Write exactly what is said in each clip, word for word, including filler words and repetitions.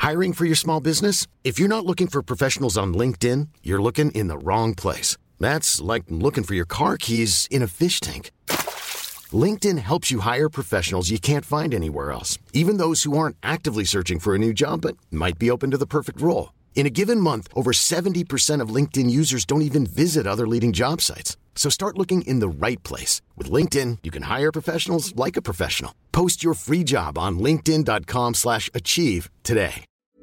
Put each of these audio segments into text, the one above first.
Hiring for your small business? If you're not looking for professionals on LinkedIn, you're looking in the wrong place. That's like looking for your car keys in a fish tank. LinkedIn helps you hire professionals you can't find anywhere else, even those who aren't actively searching for a new job but might be open to the perfect role. In a given month, over seventy percent of LinkedIn users don't even visit other leading job sites. So start looking in the right place. With LinkedIn, you can hire professionals like a professional. Post your free job on linkedin dot com slash achieve today.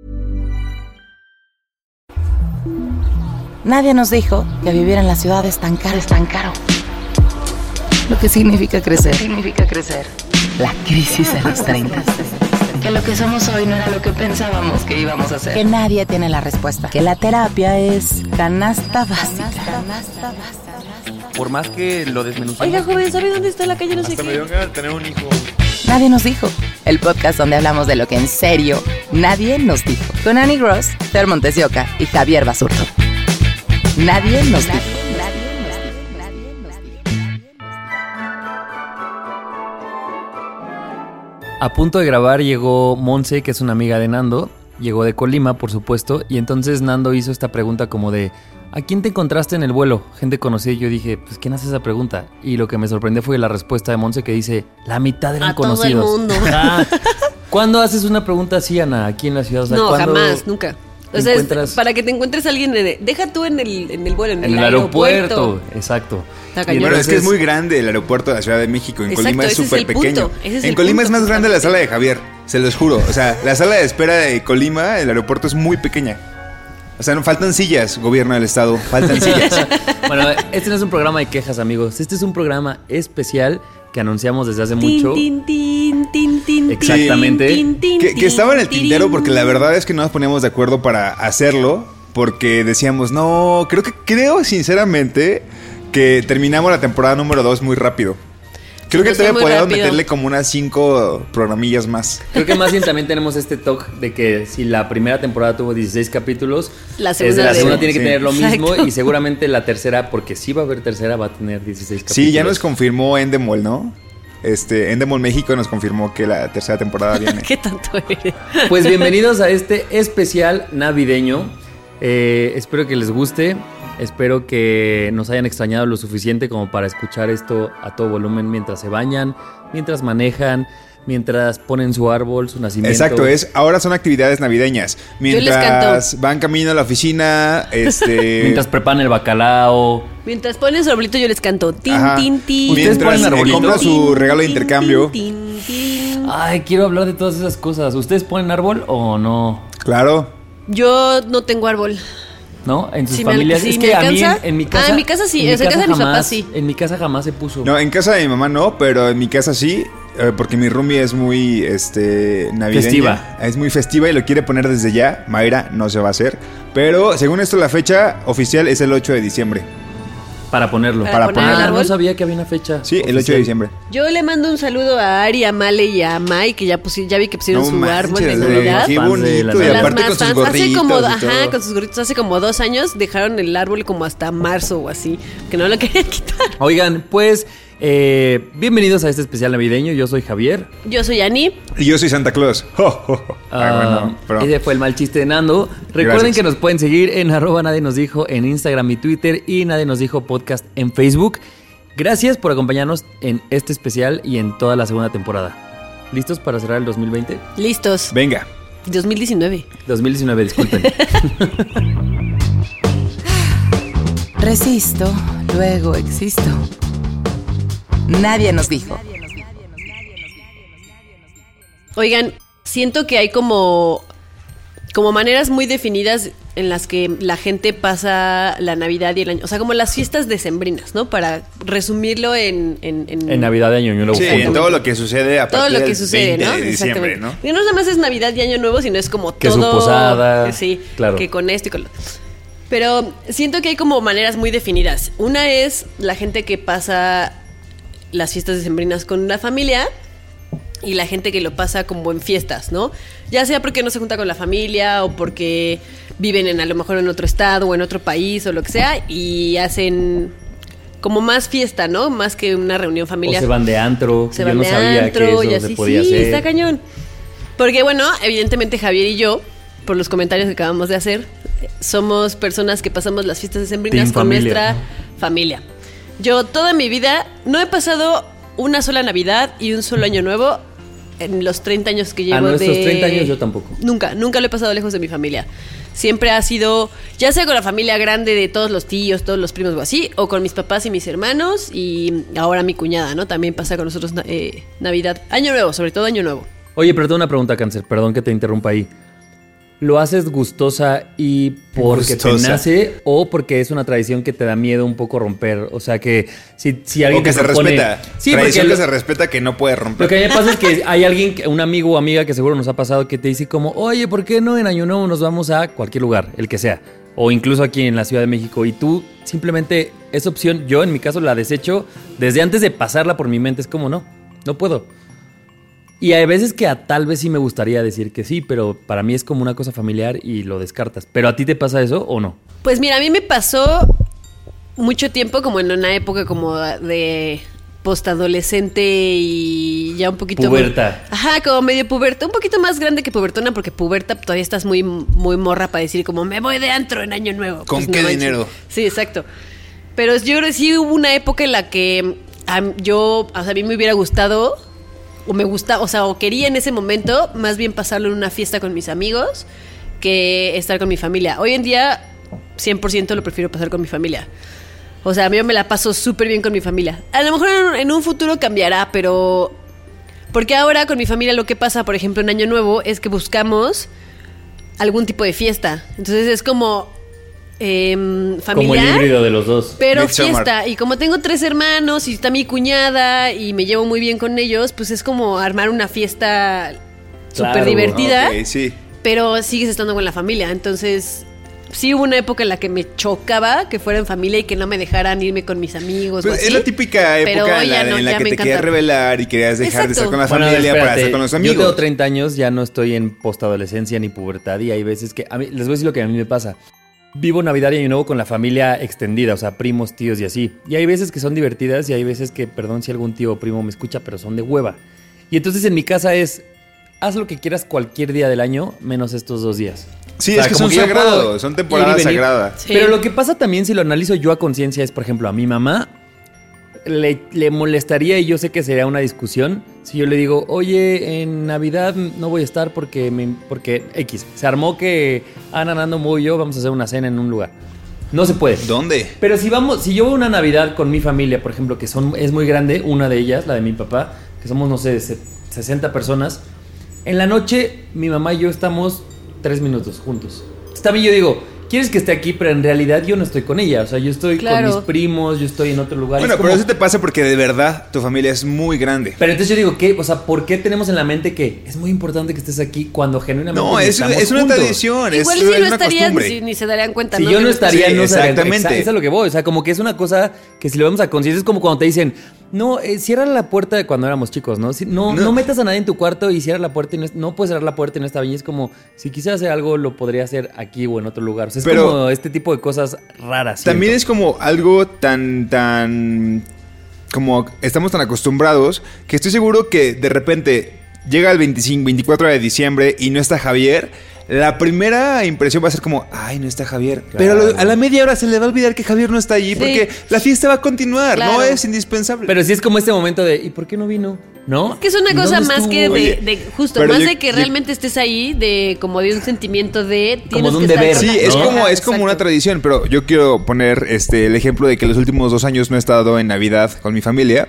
Nadie nos dijo que vivir en la ciudad es tan caro, es tan caro. Lo que significa crecer. Significa crecer. La crisis de los treinta. Que lo que somos hoy no era lo que pensábamos que íbamos a ser. Que nadie tiene la respuesta. Que la terapia es canasta básica. Canasta básica. Por más que lo desmenucemos. Oiga, joven, ¿sabe dónde está la calle? No sé Hasta qué. me dio ganas de tener un hijo. Nadie nos dijo. El podcast donde hablamos de lo que en serio nadie nos dijo. Con Annie Gross, Fer Montesioca y Javier Basurto. Nadie nos dijo. A punto de grabar llegó Monse, que es una amiga de Nando. Llegó de Colima, por supuesto. Y entonces Nando hizo esta pregunta como de... ¿A quién te encontraste en el vuelo? Gente conocida. Y yo dije, pues, ¿quién hace esa pregunta? Y lo que me sorprendió fue la respuesta de Monse, que dice... La mitad eran A todo conocidos. el mundo. Ah, ¿cuándo haces una pregunta así, Ana, aquí en la ciudad? O sea, No, ¿cuándo jamás, nunca. O sea, encuentras- es para que te encuentres a alguien en el- deja tú en el, en el vuelo, en, En el aeropuerto. Exacto. Está Y cañón. Bueno, es que es entonces- muy grande el aeropuerto de la Ciudad de México. En Exacto, Colima es ese es súper el pequeño. punto, ese es En el Colima punto, es más grande la justamente. sala de Javier, se los juro. O sea, la sala de espera de Colima, el aeropuerto es muy pequeña. O sea, no faltan sillas, gobierno del estado, faltan sillas. Bueno, este no es un programa de quejas, amigos. Este es un programa especial que anunciamos desde hace Tin, mucho. tin, tin, tin, tin, Exactamente. tin, tin, que, que estaba en el tin, tintero tin. porque la verdad es que no nos poníamos de acuerdo para hacerlo. Porque decíamos, no, creo que creo sinceramente que terminamos la temporada número dos muy rápido. Creo que No sé, todavía muy podemos rápido. meterle como unas cinco programillas más. Creo que más bien también tenemos este toque de que si la primera temporada tuvo dieciséis capítulos, La desde segunda la debe. segunda tiene que Sí. tener lo mismo. Exacto. Y seguramente la tercera, porque sí va a haber tercera, va a tener dieciséis capítulos. Sí, ya nos confirmó Endemol, ¿no? Este, Endemol México nos confirmó que la tercera temporada viene. ¿Qué tanto eres? Pues bienvenidos a este especial navideño. Eh, espero que les guste. Espero que nos hayan extrañado lo suficiente como para escuchar esto a todo volumen mientras se bañan, mientras manejan, mientras ponen su árbol, su nacimiento. Exacto, es ahora son actividades navideñas. les Mientras canto. van camino a la oficina, este Mientras preparan el bacalao. Mientras pones su arbolito yo les canto. Tin, Ajá. tin, tin. ¿Ustedes mientras ponen eh, arbolito? compran su regalo de Tin, intercambio. tin, tin. Ay, quiero hablar de todas esas cosas. ¿Ustedes ponen árbol o no? Claro. Yo no tengo árbol. ¿No? En sus Si me- familias. si es me que a mí en, alcanza. en mi casa. Ah, en mi casa sí, en mi o sea, en casa de mis jamás- papás sí. En mi casa jamás se puso. No, en casa de mi mamá no, pero en mi casa sí, eh, porque mi roomie es muy este navideña. Festiva. Es muy festiva y lo quiere poner desde ya. Mayra no se va a hacer, pero según esto la fecha oficial es el ocho de diciembre. Para ponerlo. Para poner el Ah, árbol. no sabía que había una fecha. Sí, el ocho de oficial. diciembre. Yo le mando un saludo a Ari, a Male y a Mai, que ya, pusi- ya vi que pusieron No su árbol de manches, Navidad. qué Fans de bonito. la Y Navidad. Las aparte más con sus fans. gorritos Hace como, y ajá, todo. con sus gorritos. Hace como dos años dejaron el árbol como hasta marzo o así, que no lo querían quitar. Oigan, pues, eh, bienvenidos a este especial navideño. Yo soy Javier. Yo soy Ani. Y yo soy Santa Claus. Jo, jo, jo. Ah, Ah, bueno, pero- ese fue el mal chiste de Nando. Recuerden Gracias. que nos pueden seguir en arroba nadie nos dijo en Instagram y Twitter y nadie nos dijo podcast en Facebook. Gracias por acompañarnos en este especial y en toda la segunda temporada. ¿Listos para cerrar el dos mil veinte? Listos. Venga. dos mil diecinueve. dos mil diecinueve, disculpen. Resisto, luego existo. Nadie nos dijo. Oigan, siento que hay como, como maneras muy definidas en las que la gente pasa la Navidad y el año. O sea, como las fiestas decembrinas, ¿no? Para resumirlo en... En, en- En Navidad de Año Nuevo. Sí, juntos. en todo lo que sucede a todo partir lo que del sucede, veinte ¿no? de diciembre, Exactamente. ¿no? Y no nada más es Navidad y Año Nuevo, sino es como Que su todo... posada, Sí, claro. que con esto y con lo... Pero siento que hay como maneras muy definidas. Una es la gente que pasa las fiestas decembrinas con la familia y la gente que lo pasa como en fiestas, ¿no? Ya sea porque no se junta con la familia o porque viven en a lo mejor en otro estado o en otro país o lo que sea y hacen como más fiesta, ¿no? Más que una reunión O familiar. se van de antro. Se Yo van no de sabía antro que eso y se así. podía Sí, hacer. está cañón. Porque bueno, evidentemente Javier y yo por los comentarios que acabamos de hacer. Somos personas que pasamos las fiestas decembrinas Team con familia, nuestra ¿no? familia. Yo toda mi vida no he pasado una sola Navidad y un solo Año Nuevo en los treinta años que llevo. A nuestros de... treinta años yo tampoco. Nunca, nunca lo he pasado lejos de mi familia. Siempre ha sido, ya sea con la familia grande de todos los tíos, todos los primos o así, o con mis papás y mis hermanos, y ahora mi cuñada, ¿no? También pasa con nosotros eh, Navidad, Año Nuevo, sobre todo Año Nuevo. Oye, pero tengo una pregunta, Cáncer, perdón que te interrumpa ahí. ¿Lo haces gustosa y porque Gustosa. te nace o porque es una tradición que te da miedo un poco romper? O sea, que si, si alguien O que te se propone... respeta. Sí, Tradición porque que lo, se respeta que no puede romper. lo que a mí me pasa es que hay alguien, un amigo o amiga que seguro nos ha pasado que te dice como, oye, ¿por qué no en Año Nuevo nos vamos a cualquier lugar, el que sea? O incluso aquí en la Ciudad de México. Y tú simplemente, esa opción, yo en mi caso la desecho desde antes de pasarla por mi mente. Es como, no, no puedo. Y hay veces que a tal vez sí me gustaría decir que sí, pero para mí es como una cosa familiar y lo descartas. ¿Pero a ti te pasa eso o no? Pues mira, a mí me pasó mucho tiempo como en una época como de postadolescente y ya un poquito... Puberta. Ajá, como medio puberta, un poquito más grande que pubertona, porque puberta todavía estás muy, muy morra para decir como me voy de antro en Año Nuevo. ¿Con Pues qué no manches. dinero? Sí, exacto. Pero yo creo que sí hubo una época en la que um, yo, o sea, a mí me hubiera gustado... O me gusta, o sea, o quería en ese momento más bien pasarlo en una fiesta con mis amigos que estar con mi familia. Hoy en día, cien por ciento lo prefiero pasar con mi familia. O sea, a mí me la paso súper bien con mi familia. A lo mejor en, en un futuro cambiará, pero... Porque ahora con mi familia lo que pasa, por ejemplo, en Año Nuevo, es que buscamos algún tipo de fiesta. Entonces es como... Eh, familiar, Como el híbrido de los dos. pero Midsommar. fiesta. Y como tengo tres hermanos y está mi cuñada y me llevo muy bien con ellos, pues es como armar una fiesta Claro. súper divertida, Ok, sí. pero sigues estando con la familia. Entonces, sí hubo una época en la que me chocaba que fuera en familia y que no me dejaran irme con mis amigos. Pues o así. es la típica Pero época en la, ya no, en la ya que me te encanta. querías revelar y querías dejar de estar Exacto. con la Bueno, familia para espérate, estar con los Yo tengo amigos. treinta años, ya no estoy en postadolescencia ni pubertad y hay veces que... A mí, les voy a decir lo que a mí me pasa. Vivo Navidad y Año Nuevo con la familia extendida, o sea, primos, tíos y así. Y hay veces que son divertidas y hay veces que, perdón si algún tío o primo me escucha, pero son de hueva. Y entonces en mi casa es, haz lo que quieras cualquier día del año, menos estos dos días. Sí, O sea, es que como son yo sagrados, puedo son ir y temporadas venir. sagradas. Sí. Pero lo que pasa también, si lo analizo yo a conciencia, es, por ejemplo, a mi mamá le, le molestaría, y yo sé que sería una discusión, si yo le digo, oye, en Navidad no voy a estar porque, me, porque X. Se armó que Ana, Nando, Mo y yo vamos a hacer una cena en un lugar. No se puede. ¿Dónde? Pero si vamos, si yo voy a una Navidad con mi familia, por ejemplo, que son, es muy grande, una de ellas, la de mi papá, que somos, no sé, se- sesenta personas, en la noche mi mamá y yo estamos tres minutos juntos. Entonces también yo digo, quieres que esté aquí, pero en realidad yo no estoy con ella. O sea, yo estoy Claro. con mis primos, yo estoy en otro lugar. Bueno, Es pero como- eso te pasa porque de verdad tu familia es muy grande. Pero entonces yo digo, ¿qué? O sea, ¿por qué tenemos en la mente que es muy importante que estés aquí cuando genuinamente No, es, estamos es una juntos? tradición, es, Igual es si no una estarían, costumbre. si- ni se darían cuenta. Si ¿no? yo Que no estaría, Sí, no estaría. exactamente. Exa- Eso es lo que voy. O sea, como que es una cosa que si lo vemos a conciencia es como cuando te dicen, no, eh, cierra la puerta de cuando éramos chicos, ¿no? Si- no, No. no. metas a nadie en tu cuarto y cierra la puerta y no, es- no puedes cerrar la puerta y no está bien. Y es como, si quisiera hacer algo, lo podría hacer aquí o en otro lugar. O sea, es Pero como este tipo de cosas raras. También siento. es como algo tan, tan... Como estamos tan acostumbrados que estoy seguro que de repente llega el veinticinco, veinticuatro de diciembre y no está Javier. La primera impresión va a ser como, ay, no está Javier. Pero a, lo- a la media hora se le va a olvidar que Javier no está allí Sí. porque la fiesta va a continuar, Claro. no es indispensable. Pero sí es como este momento de, ¿y por qué no vino? ¿No? Es que es una ¿Y cosa dónde más estuvo? que de, Oye, de- justo, pero más yo- de que yo- realmente estés ahí, de como de un sentimiento de tienes de un que estar deber. con Sí, la- es ¿no? como, es como Exacto. una tradición, pero yo quiero poner este el ejemplo de que los últimos dos años no he estado en Navidad con mi familia.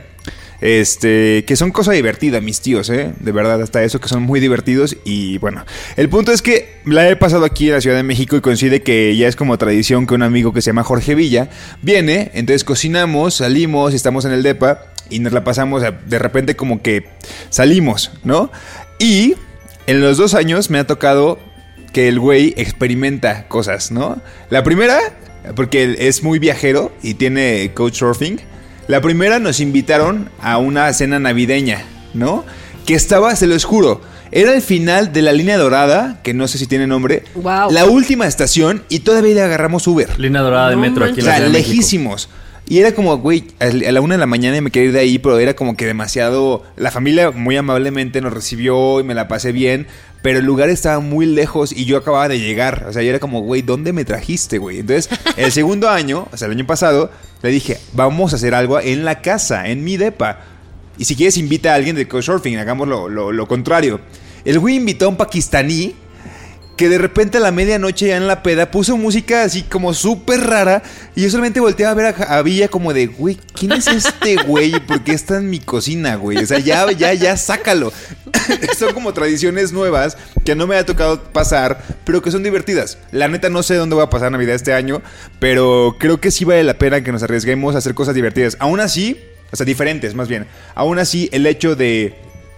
Este, que son cosa divertida, mis tíos, ¿eh? De verdad, hasta eso, que son muy divertidos. Y bueno, el punto es que la he pasado aquí en la Ciudad de México y coincide que ya es como tradición que un amigo que se llama Jorge Villa viene, entonces cocinamos, salimos, estamos en el depa y nos la pasamos, o sea, de repente como que salimos, ¿no? Y en los dos años me ha tocado que el güey experimenta cosas, ¿no? La primera, porque él es muy viajero y tiene couchsurfing. La primera nos invitaron a una cena navideña, ¿no? Que estaba, se los juro, era el final de la línea dorada, que no sé si tiene nombre. Wow. La última estación y todavía le agarramos Uber. Línea dorada de No metro aquí O en la sea, Ciudad de México. lejísimos. Y era como, güey, a la una de la mañana me quería ir de ahí, pero era como que demasiado... La familia muy amablemente nos recibió y me la pasé bien, pero el lugar estaba muy lejos y yo acababa de llegar. O sea, yo era como, güey, ¿dónde me trajiste, güey? Entonces, el segundo año, o sea, el año pasado, le dije, vamos a hacer algo en la casa, en mi depa. Y si quieres, invita a alguien de Couchsurfing, hagamos lo, lo, lo contrario. El güey invitó a un pakistaní que de repente a la medianoche ya en la peda puso música así como súper rara y yo solamente volteaba a ver a, a Villa como de, güey, ¿quién es este güey? ¿Por qué está en mi cocina, güey? O sea, ya, ya, ya, sácalo. Son como tradiciones nuevas que no me ha tocado pasar, pero que son divertidas. La neta no sé dónde voy a pasar Navidad este año, pero creo que sí vale la pena que nos arriesguemos a hacer cosas divertidas. Aún así, o sea, diferentes más bien. Aún así, el hecho de,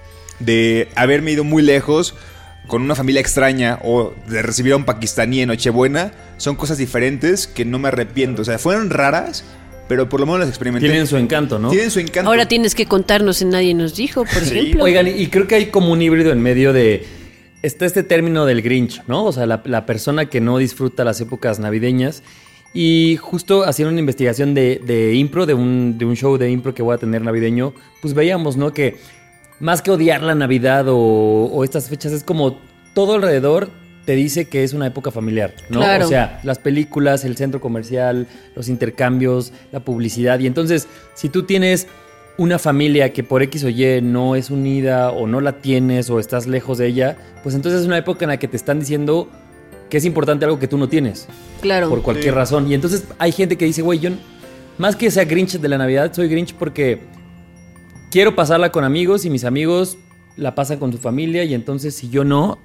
de haberme ido muy lejos con una familia extraña o de recibir a un pakistaní en Nochebuena, son cosas diferentes que no me arrepiento. O sea, fueron raras, pero por lo menos las experimenté. Tienen su encanto, ¿no? Tienen su encanto. Ahora tienes que contarnos en Nadie Nos Dijo, por Sí. ejemplo. Oigan, y creo que hay como un híbrido en medio de... Está este término del Grinch, ¿no? O sea, la, la persona que no disfruta las épocas navideñas. Y justo haciendo una investigación de, de impro, de un, de un show de impro que voy a tener navideño, pues veíamos, ¿no? Que más que odiar la Navidad o, o estas fechas, es como todo alrededor te dice que es una época familiar, ¿no? Claro. O sea, las películas, el centro comercial, los intercambios, la publicidad. Y entonces, si tú tienes una familia que por X o Y no es unida o no la tienes o estás lejos de ella, pues entonces es una época en la que te están diciendo que es importante algo que tú no tienes. Claro. Por cualquier Sí. razón. Y entonces hay gente que dice, güey, yo más que sea Grinch de la Navidad, soy Grinch porque quiero pasarla con amigos y mis amigos la pasan con su familia y entonces si yo no,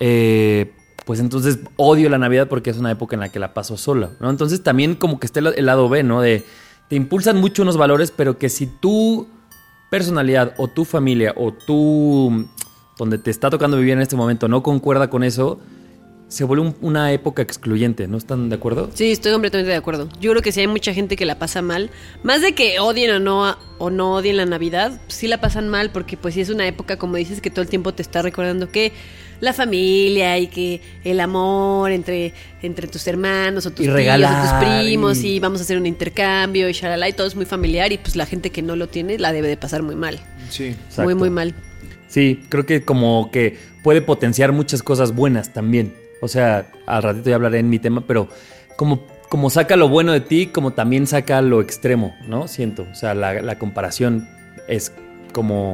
eh, pues entonces odio la Navidad porque es una época en la que la paso sola, ¿no? Entonces también como que está el, el lado B, ¿no? De te impulsan mucho unos valores, pero que si tu personalidad o tu familia o tu donde te está tocando vivir en este momento no concuerda con eso, se vuelve un, una época excluyente, ¿no están de acuerdo? Sí, estoy completamente de acuerdo. Yo creo que sí hay mucha gente que la pasa mal. Más de que odien o no, o no odien la Navidad, pues sí la pasan mal porque pues sí es una época, como dices, que todo el tiempo te está recordando que la familia y que el amor entre, entre tus hermanos o tus Y tíos regalar, o tus primos y- y vamos a hacer un intercambio y shalala y todo es muy familiar y pues la gente que no lo tiene la debe de pasar muy mal. Sí. Exacto. Muy, muy mal. Sí, creo que como que puede potenciar muchas cosas buenas también. O sea, al ratito ya hablaré en mi tema, pero como, como saca lo bueno de ti, como también saca lo extremo, ¿no? Siento. O sea, la, la comparación es como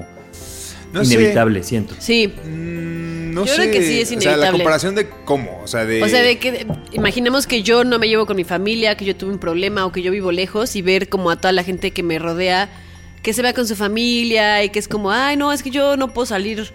No sé. inevitable, siento. Sí. Mm, no Yo sé. creo que sí es O sea, la inevitable. comparación de cómo. O sea, de. O sea, de que imaginemos que yo no me llevo con mi familia, que yo tuve un problema o que yo vivo lejos y ver como a toda la gente que me rodea que se va con su familia y que es como, ay, no, es que yo no puedo salir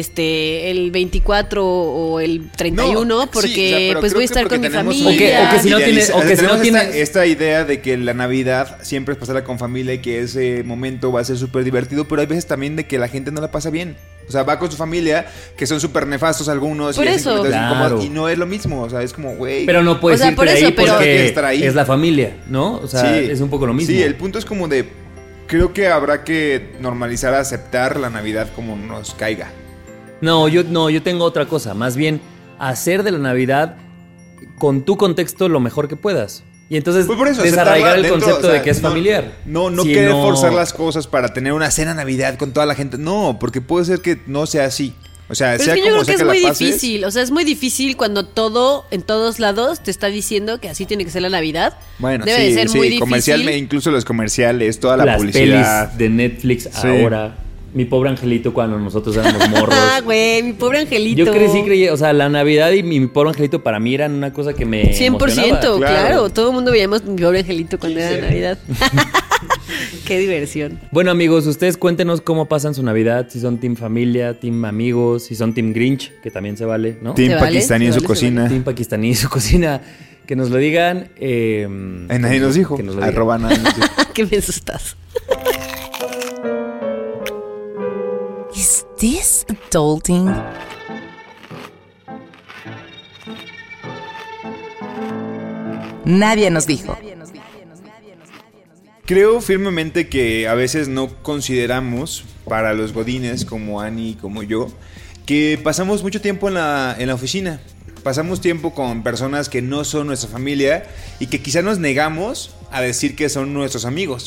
este el veinticuatro o el treinta y uno No, porque sí, o sea, pero pues creo voy a que estar porque con mi tenemos familia. O que- o que si no tienes- o que si no tenemos tienes- esta, esta idea de que la Navidad siempre es pasarla con familia y que ese momento va a ser súper divertido, pero hay veces también de que la gente no la pasa bien. O sea, va con su familia, que son súper nefastos algunos Por y hacen eso. comentarios Claro. incómodos, y no es lo mismo. O sea, es como, güey. Pero no puedes O sea, irte por de eso, ahí pero- porque estar ahí. es la familia, ¿no? O sea, Sí. es un poco lo mismo. Sí, el punto es como de. Creo que habrá que normalizar, aceptar la Navidad como nos caiga. No, yo no, yo tengo otra cosa. Más bien, hacer de la Navidad con tu contexto lo mejor que puedas. Y entonces Pues por eso, desarraigar aceptarla el dentro, concepto o sea, de que es no- familiar. No, no Si querer no- forzar las cosas para tener una cena Navidad con toda la gente. No, porque puede ser que no sea así. O sea, Pero sea es que yo como creo que sea es que la muy pases. difícil, o sea, es muy difícil cuando todo, en todos lados, te está diciendo que así tiene que ser la Navidad. Bueno, Debe sí, de ser sí, muy comercial, difícil. incluso los comerciales, toda la las publicidad. pelis de Netflix Sí. ahora. Mi pobre angelito cuando nosotros éramos morros. Ah, güey, mi pobre angelito. Yo crecí, creí, o sea, la Navidad y mi, mi pobre angelito para mí eran una cosa que me cien por ciento, emocionaba. claro. Claro. Todo el mundo veíamos mi pobre angelito cuando era Navidad. Qué diversión. Bueno, amigos, ustedes cuéntenos cómo pasan su Navidad, si son team familia, team amigos, si son team Grinch, que también se vale, ¿no? Team ¿Se vale? pakistaní en ¿Se su vale? ¿Se cocina. Team pakistaní en su cocina. Que nos lo digan. Eh, En nadie nos dijo. Que nos lo digan. Arroba nadie nos dijo. Qué me asustas. Is this adulting? Nadie nos dijo. Creo firmemente que a veces no consideramos, para los godines como Ani y como yo, que pasamos mucho tiempo en la, en la oficina. Pasamos tiempo con personas que no son nuestra familia y que quizá nos negamos a decir que son nuestros amigos.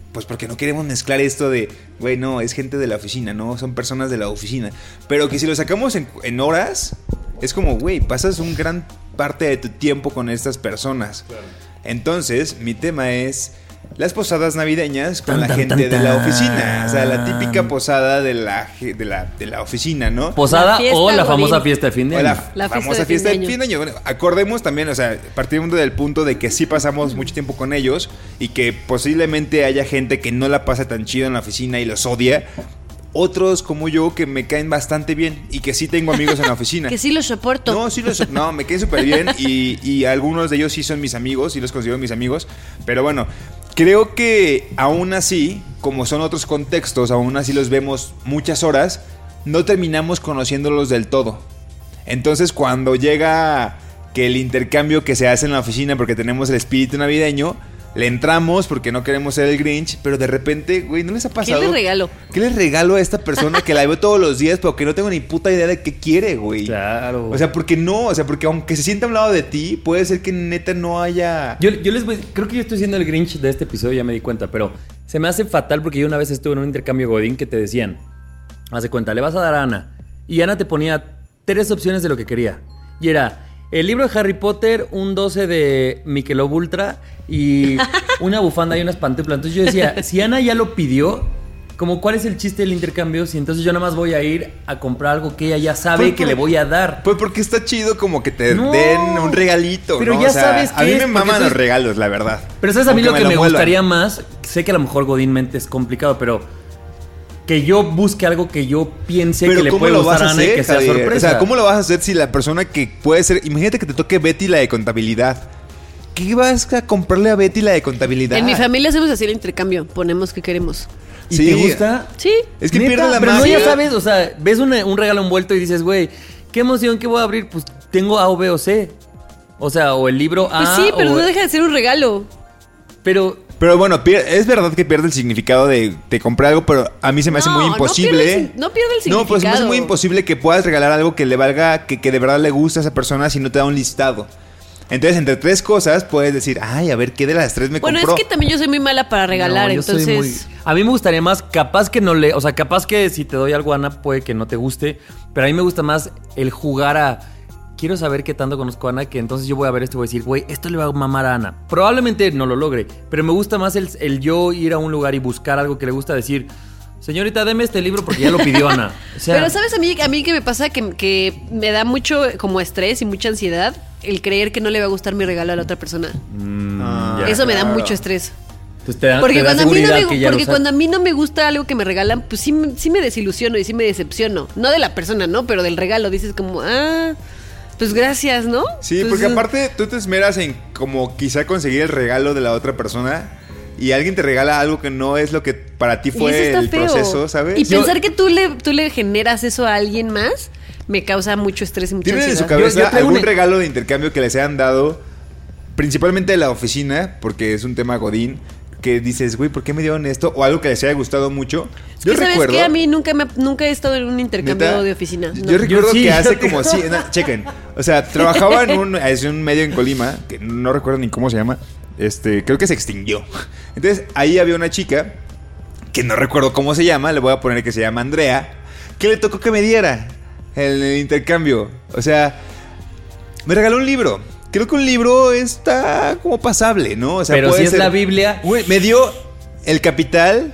pues porque no queremos mezclar esto de, güey, no, es gente de la oficina, no, son personas de la oficina. Pero que si lo sacamos en, en horas, es como, güey, pasas un gran parte de tu tiempo con estas personas. Claro. Entonces, mi tema es las posadas navideñas con tan, la tan, gente tan, de la oficina. O sea, la típica posada de la, de la, de la oficina, ¿no? Posada la o la famosa Godín. Fiesta de fin de año. O la, la famosa fiesta de fin de año. De fin de año. Bueno, acordemos también, o sea, partiendo del punto de que sí pasamos mucho tiempo con ellos y que posiblemente haya gente que no la pasa tan chido en la oficina y los odia. Otros como yo que me caen bastante bien y que sí tengo amigos en la oficina. Que sí los soporto. No, sí los no, me caen súper bien y, y algunos de ellos sí son mis amigos y los considero mis amigos. Pero bueno, creo que aún así, como son otros contextos, aún así los vemos muchas horas, no terminamos conociéndolos del todo. Entonces cuando llega que el intercambio que se hace en la oficina porque tenemos el espíritu navideño, le entramos porque no queremos ser el Grinch, pero de repente, güey, ¿no les ha pasado? ¿Qué le regalo? ¿Qué le regalo a esta persona que la veo todos los días, pero que no tengo ni puta idea de qué quiere, güey? Claro. O sea, porque no, o sea, porque aunque se sienta a un lado de ti, puede ser que neta no haya... Yo, yo les voy, creo que yo estoy siendo el Grinch de este episodio, ya me di cuenta, pero se me hace fatal porque yo una vez estuve en un intercambio Godín que te decían, haz de cuenta, le vas a dar a Ana, y Ana te ponía tres opciones de lo que quería, y era... el libro de Harry Potter, un doce de Michelob Ultra y una bufanda y unas pantuflas. Entonces yo decía, si Ana ya lo pidió, como ¿cuál es el chiste del intercambio? Si entonces yo nada más voy a ir a comprar algo que ella ya sabe pues, que le voy a dar. Pues porque está chido como que te no, den un regalito, pero ¿no? ya o sea, sabes que a mí es, me maman soy... los regalos, la verdad. Pero ¿sabes a mí lo que me, me gustaría vuelvan. más? Sé que a lo mejor godínmente es complicado, pero... que yo busque algo que yo piense pero que le puede gustar a Ana y que sea Javier? sorpresa. O sea, ¿cómo lo vas a hacer si la persona que puede ser... Imagínate que te toque Betty la de contabilidad. ¿Qué vas a comprarle a Betty la de contabilidad? En mi familia hacemos así el intercambio. Ponemos que queremos. ¿Y sí. te gusta? Sí. Es que ¿Neta? pierde la pero magia. Pero no, ya sabes, o sea, ves una, un regalo envuelto y dices, güey, qué emoción, ¿qué voy a abrir? Pues tengo A o B o C. O sea, o el libro A. Pues sí, pero o... no deja de ser un regalo. Pero... Pero bueno, es verdad que pierde el significado de, de comprar algo, pero a mí se me hace no, muy imposible. No pierde, el, no pierde el significado. No, pues se me hace muy imposible que puedas regalar algo que le valga, que, que de verdad le guste a esa persona si no te da un listado. Entonces, entre tres cosas puedes decir, ay, a ver, ¿qué de las tres me bueno, compró? Bueno, es que también yo soy muy mala para regalar, no, entonces... Muy... A mí me gustaría más, capaz que no le... O sea, capaz que si te doy algo a Ana puede que no te guste, pero a mí me gusta más el jugar a... Quiero saber qué tanto conozco a Ana, que entonces yo voy a ver esto y voy a decir, güey, esto le va a mamar a Ana. Probablemente no lo logre, pero me gusta más el, el yo ir a un lugar y buscar algo que le gusta, decir... Señorita, deme este libro porque ya lo pidió Ana. O sea, pero ¿sabes a mí, a mí qué me pasa? Que, que me da mucho como estrés y mucha ansiedad el creer que no le va a gustar mi regalo a la otra persona. Mm, ah, Eso me da claro. mucho estrés. Pues te da, porque te da cuando, a mí, no me, porque cuando a mí no me gusta algo que me regalan, pues sí, sí me desilusiono y sí me decepciono. No de la persona, ¿no? Pero del regalo. Dices como, ah... Pues gracias, ¿no? Sí, pues, porque aparte tú te esmeras en como quizá conseguir el regalo de la otra persona y alguien te regala algo que no es lo que para ti fue el feo. proceso, ¿sabes? Y Yo, pensar que tú le, tú le generas eso a alguien más me causa mucho estrés y mucha ansiedad. ¿Tienen en su cabeza yo, yo algún un... regalo de intercambio que les hayan dado, principalmente de la oficina, porque es un tema godín, que dices, güey, ¿por qué me dieron esto? O algo que les haya gustado mucho. Es yo que ¿sabes recuerdo... que a mí nunca, me, nunca he estado en un intercambio ¿Neta? de oficina. No. No. Yo recuerdo yo sí, que hace yo como... Sí, no, chequen. O sea, trabajaba en un, es un medio en Colima, que no recuerdo ni cómo se llama. Este, creo que se extinguió. Entonces, ahí había una chica, que no recuerdo cómo se llama, le voy a poner que se llama Andrea, que le tocó que me diera el, el intercambio. O sea, me regaló un libro. Creo que un libro está como pasable, ¿no? O sea, pero puede si es ser, la Biblia... Güey, me dio El Capital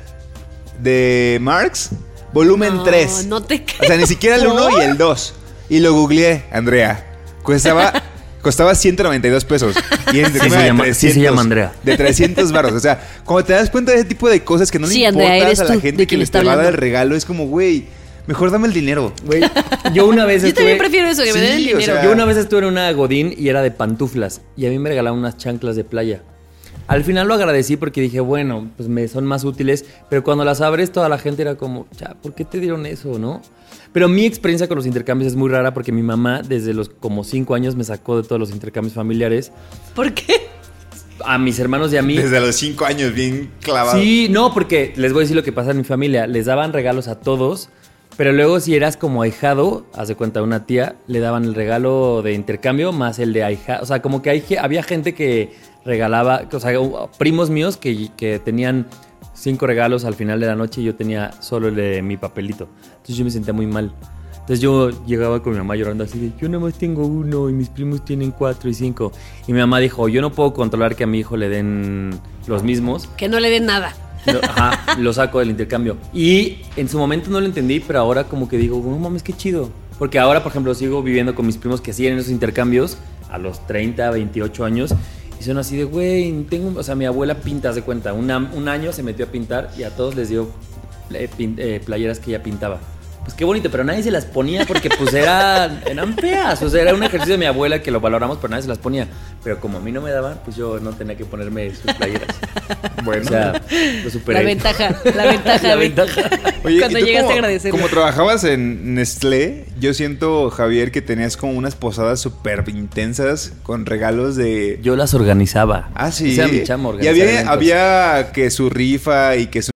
de Marx, volumen no, tres. No te creo. O sea, ni siquiera el uno y el dos. Y lo googleé, Andrea. Costaba, costaba ciento noventa y dos pesos. Y en sí, se llama, trescientos, sí se llama Andrea. De trescientos baros. O sea, cuando te das cuenta de ese tipo de cosas que no sí, le Andrea, importas a la tú, gente que les te va a dar el regalo, es como, güey, mejor dame el dinero. Güey, yo una vez Yo estuve... también prefiero eso, que sí, me den el dinero. O sea, yo una vez estuve en una godín y era de pantuflas. Y a mí me regalaron unas chanclas de playa. Al final lo agradecí porque dije, bueno, pues me son más útiles. Pero cuando las abres, toda la gente era como, cha, ¿por qué te dieron eso, no? Pero mi experiencia con los intercambios es muy rara porque mi mamá, desde los como cinco años, me sacó de todos los intercambios familiares. ¿Por qué? A mis hermanos y a mí. Desde los cinco años, bien clavado. Sí, no, porque les voy a decir lo que pasa en mi familia. Les daban regalos a todos. Pero luego si eras como ahijado, haz de cuenta, una tía, le daban el regalo de intercambio más el de ahijado. O sea, como que hay, había gente que regalaba, o sea, primos míos que, que tenían cinco regalos al final de la noche y yo tenía solo el de mi papelito. Entonces yo me sentía muy mal. Entonces yo llegaba con mi mamá llorando así de, yo nada más tengo uno y mis primos tienen cuatro y cinco. Y mi mamá dijo, yo no puedo controlar que a mi hijo le den los mismos. Que no le den nada. Lo, ajá, lo saco del intercambio. Y en su momento no lo entendí, pero ahora como que digo, no mames, qué chido. Porque ahora, por ejemplo, sigo viviendo con mis primos que siguen en esos intercambios a los treinta, veintiocho años. Y son así de, güey, tengo... O sea, mi abuela pinta, haz de cuenta. Una, un año se metió a pintar y a todos les dio eh, pin, eh, playeras que ella pintaba. Pues qué bonito, pero nadie se las ponía porque pues era, eran feas. O sea, era un ejercicio de mi abuela que lo valoramos, pero nadie se las ponía. Pero como a mí no me daban, pues yo no tenía que ponerme sus playeras. Bueno, o sea, lo superé. La ventaja, la ventaja. La ventaja. Oye, cuando ¿y tú llegaste como, a agradecer. como trabajabas en Nestlé, yo siento, Javier, que tenías como unas posadas súper intensas con regalos de... Yo las organizaba. Ah, sí. Esa era mi chamo, y había, había que su rifa y que su...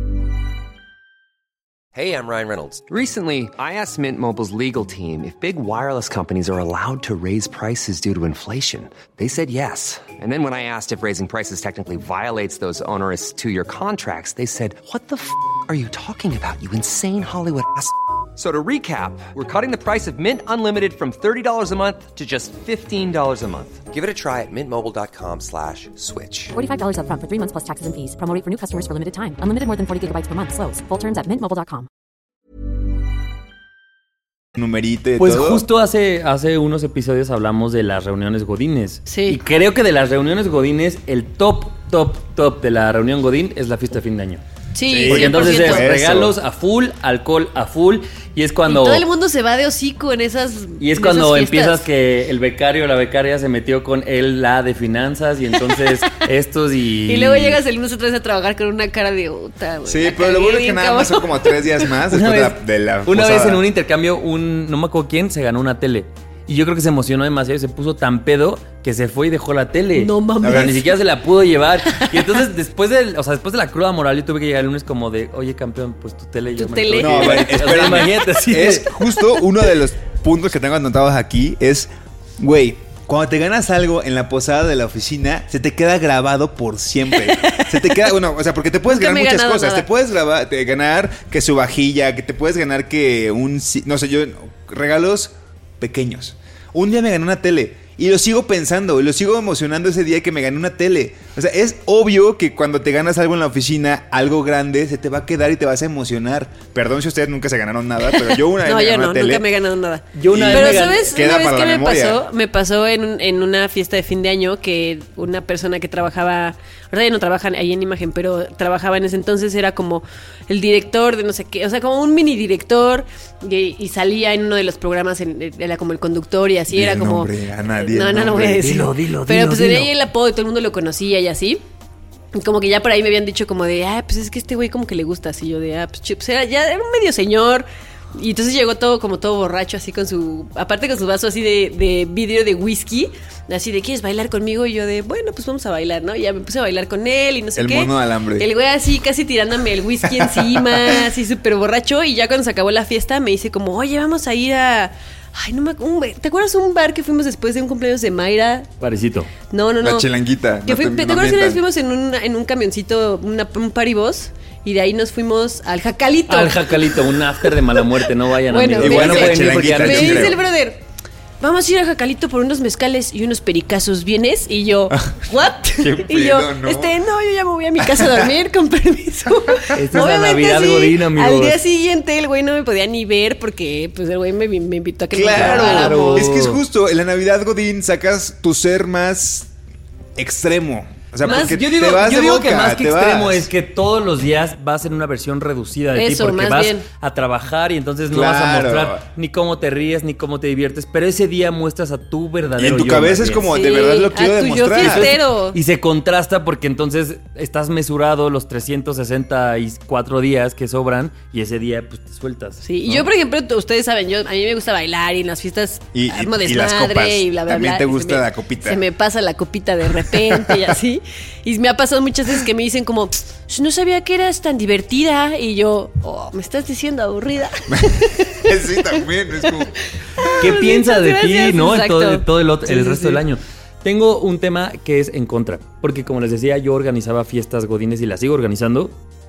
Hey, I'm Ryan Reynolds. Recently, I asked Mint Mobile's legal team if big wireless companies are allowed to raise prices due to inflation. They said yes. And then when I asked if raising prices technically violates those onerous two-year contracts, they said, what the f*** are you talking about, you insane Hollywood ass f- So to recap, we're cutting the price of Mint Unlimited from thirty dollars a month to just fifteen dollars a month. Give it a try at mintmobile.com slash switch. forty-five dollars up front for three months plus taxes and fees. Promo rate for new customers for limited time. Unlimited more than forty gigabytes per month. Slows full terms at mint mobile dot com. Numerito y pues todo. Justo hace, hace unos episodios hablamos de las reuniones godines. Sí. Y creo que de las reuniones godines, el top, top, top de la reunión godín es la fiesta de fin de año. Sí, porque entonces cien por ciento. es regalos a full, alcohol a full. Y es cuando... Y todo el mundo se va de hocico en esas Y es en cuando esas empiezas fiestas. que el becario o la becaria se metió con él, la de finanzas, y entonces estos y... Y luego llegas el lunes otra vez a trabajar con una cara de puta, güey. Sí, la pero lo cagué bueno es que bien, nada más son cabrón. como tres días más Una después vez, de la, de la una posada. vez en un intercambio, un no me acuerdo quién se ganó una tele. Y yo creo que se emocionó demasiado y se puso tan pedo que se fue y dejó la tele. No mames. O sea, ni siquiera se la pudo llevar. Y entonces después del, o sea, después de la cruda moral, yo tuve que llegar el lunes como de, oye, campeón, pues tu tele. Tu yo me tele. la No, tuve que güey, llevar. O sea, espérame. imagínate, así de- Es justo uno de los puntos que tengo anotados aquí es, güey, cuando te ganas algo en la posada de la oficina, se te queda grabado por siempre. Se te queda, bueno, o sea, porque te puedes Nunca ganar me he muchas ganado cosas. nada. Te puedes grabar, te- ganar que su vajilla, que te puedes ganar que un, ci- no sé, yo, regalos pequeños. Un día me gané una tele y lo sigo pensando, y lo sigo emocionando ese día que me gané una tele. O sea, es obvio que cuando te ganas algo en la oficina, algo grande, se te va a quedar y te vas a emocionar. Perdón si ustedes nunca se ganaron nada, pero yo una vez No, me yo gané no, una tele. nunca me he ganado nada. Yo una vez Pero me gané- ¿sabes? Queda Una vez para que la me memoria. pasó, me pasó en, un- en una fiesta de fin de año que una persona que trabajaba, ahora ya no trabaja ahí en imagen, pero trabajaba en ese entonces, era como el director de no sé qué, o sea, como un mini director y, y salía en uno de los programas, en- era como el conductor y así, Di era el como... nombre, Ana, di el no, no, no nombre. voy a decir. Dilo, dilo, Pero dilo, pues dilo. tenía ahí el apodo y todo el mundo lo conocía y así. Y como que ya por ahí me habían dicho como de, ah, pues es que este güey como que le gusta. Así yo de, ah, pues, ch- pues era, ya era un medio señor. Y entonces llegó todo como todo borracho, así con su... Aparte con su vaso así de, de vidrio de whisky. Así de, ¿quieres bailar conmigo? Y yo de, bueno, pues vamos a bailar, ¿no? Y ya me puse a bailar con él y no sé El qué. mono de alambre. El güey así casi tirándome el whisky encima, así súper borracho. Y ya cuando se acabó la fiesta me dice como, oye, vamos a ir a... Ay, no me acuerdo. ¿Te acuerdas un bar que fuimos después de un cumpleaños de Mayra? Parecito. No, no, no. La chilanguita. Que no fui- te- ¿Te, no acuerdas que una vez mientan. fuimos en un, en un camioncito, una, un paribos? Y de ahí nos fuimos al Jacalito. Al Jacalito, un after de mala muerte, no vayan Bueno, amigos. me Igual no dice- pueden ir porque ya no Me Me yo dice creo. el brother, vamos a ir a Jacalito por unos mezcales y unos pericazos, ¿vienes? Y yo, ¿what? Qué y yo, pedo, ¿no? este, no, yo ya me voy a mi casa a dormir, con permiso. es la Navidad Godín, amigos. Al día siguiente el güey no me podía ni ver porque pues el güey me, me invitó a que Claro, nos lleváramos. es que es justo, en la Navidad Godín sacas tu ser más extremo. O sea, Más- porque Yo digo, te vas yo de digo boca, que más que te extremo vas. es que todos los días vas en una versión reducida de Eso, ti porque más vas bien. a trabajar y entonces no vas a Claro. mostrar ni cómo te ríes ni cómo te diviertes, pero ese día muestras a tu Y verdadero en tu yo, cabeza más es bien. como, Sí, de verdad lo a quiero tu yo demostrar. fiestero. Y se contrasta porque entonces estás mesurado los trescientos sesenta y cuatro días que sobran y ese día pues te sueltas. Sí, y ¿no? yo, por ejemplo, t- ustedes saben, yo a mí me gusta bailar y en las fiestas Y- y- armo y las desmadre copas. y bla, bla, También bla. te y se gusta me- la copita. Se me pasa la copita de repente y así. Y me ha pasado muchas veces que me dicen como, no sabía que eras tan divertida. Y yo, oh, me estás diciendo aburrida. Sí, también, es como... ¿Qué piensas de Muchas ti, gracias, no? En todo, exacto. todo el, otro- Sí, el sí, resto sí. del año. Tengo un tema que es en contra. Porque como les decía, yo organizaba fiestas godines y las sigo organizando.